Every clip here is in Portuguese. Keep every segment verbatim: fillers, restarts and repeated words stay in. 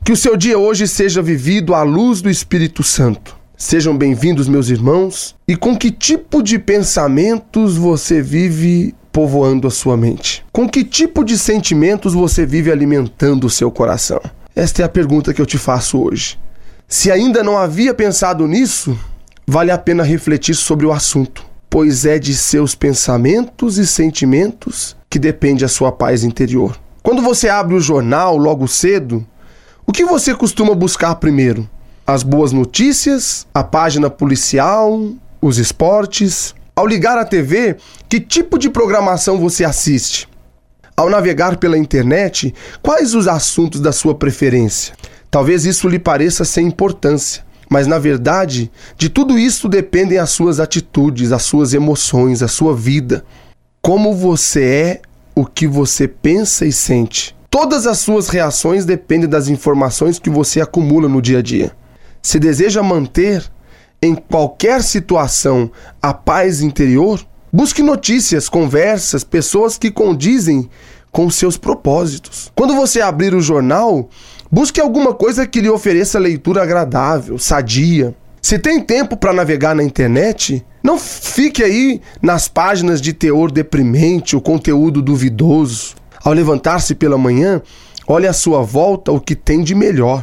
Que o seu dia hoje seja vivido à luz do Espírito Santo. Sejam bem-vindos, meus irmãos. E com que tipo de pensamentos você vive povoando a sua mente? Com que tipo de sentimentos você vive alimentando o seu coração? Esta é a pergunta que eu te faço hoje. Se ainda não havia pensado nisso, vale a pena refletir sobre o assunto, pois é de seus pensamentos e sentimentos que depende a sua paz interior. Quando você abre o jornal logo cedo, o que você costuma buscar primeiro? As boas notícias, a página policial, os esportes? Ao ligar a T V, que tipo de programação você assiste? Ao navegar pela internet, quais os assuntos da sua preferência? Talvez isso lhe pareça sem importância, mas na verdade, de tudo isso dependem as suas atitudes, as suas emoções, a sua vida. Como você é, o que você pensa e sente. Todas as suas reações dependem das informações que você acumula no dia a dia. Se deseja manter, em qualquer situação, a paz interior, busque notícias, conversas, pessoas que condizem com seus propósitos. Quando você abrir o jornal, busque alguma coisa que lhe ofereça leitura agradável, sadia. Se tem tempo para navegar na internet, não fique aí nas páginas de teor deprimente, o conteúdo duvidoso. Ao levantar-se pela manhã, olhe à sua volta o que tem de melhor.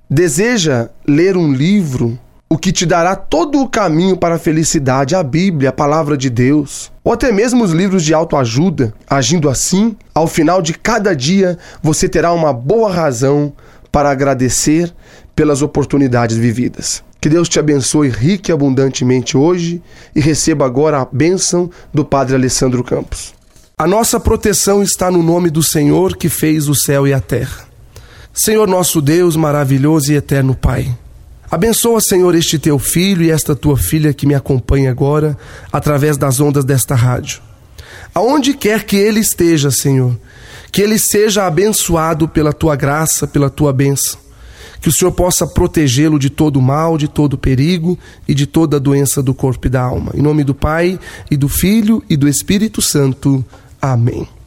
Deseja ler um livro, o que te dará todo o caminho para a felicidade, a Bíblia, a Palavra de Deus, ou até mesmo os livros de autoajuda. Agindo assim, ao final de cada dia, você terá uma boa razão para agradecer pelas oportunidades vividas. Que Deus te abençoe rica e abundantemente hoje e receba agora a bênção do Padre Alessandro Campos. A nossa proteção está no nome do Senhor que fez o céu e a terra. Senhor nosso Deus, maravilhoso e eterno Pai, abençoa, Senhor, este teu filho e esta tua filha que me acompanha agora através das ondas desta rádio. Aonde quer que ele esteja, Senhor, que ele seja abençoado pela tua graça, pela tua bênção. Que o Senhor possa protegê-lo de todo mal, de todo perigo e de toda doença do corpo e da alma. Em nome do Pai, e do Filho e do Espírito Santo. Amém.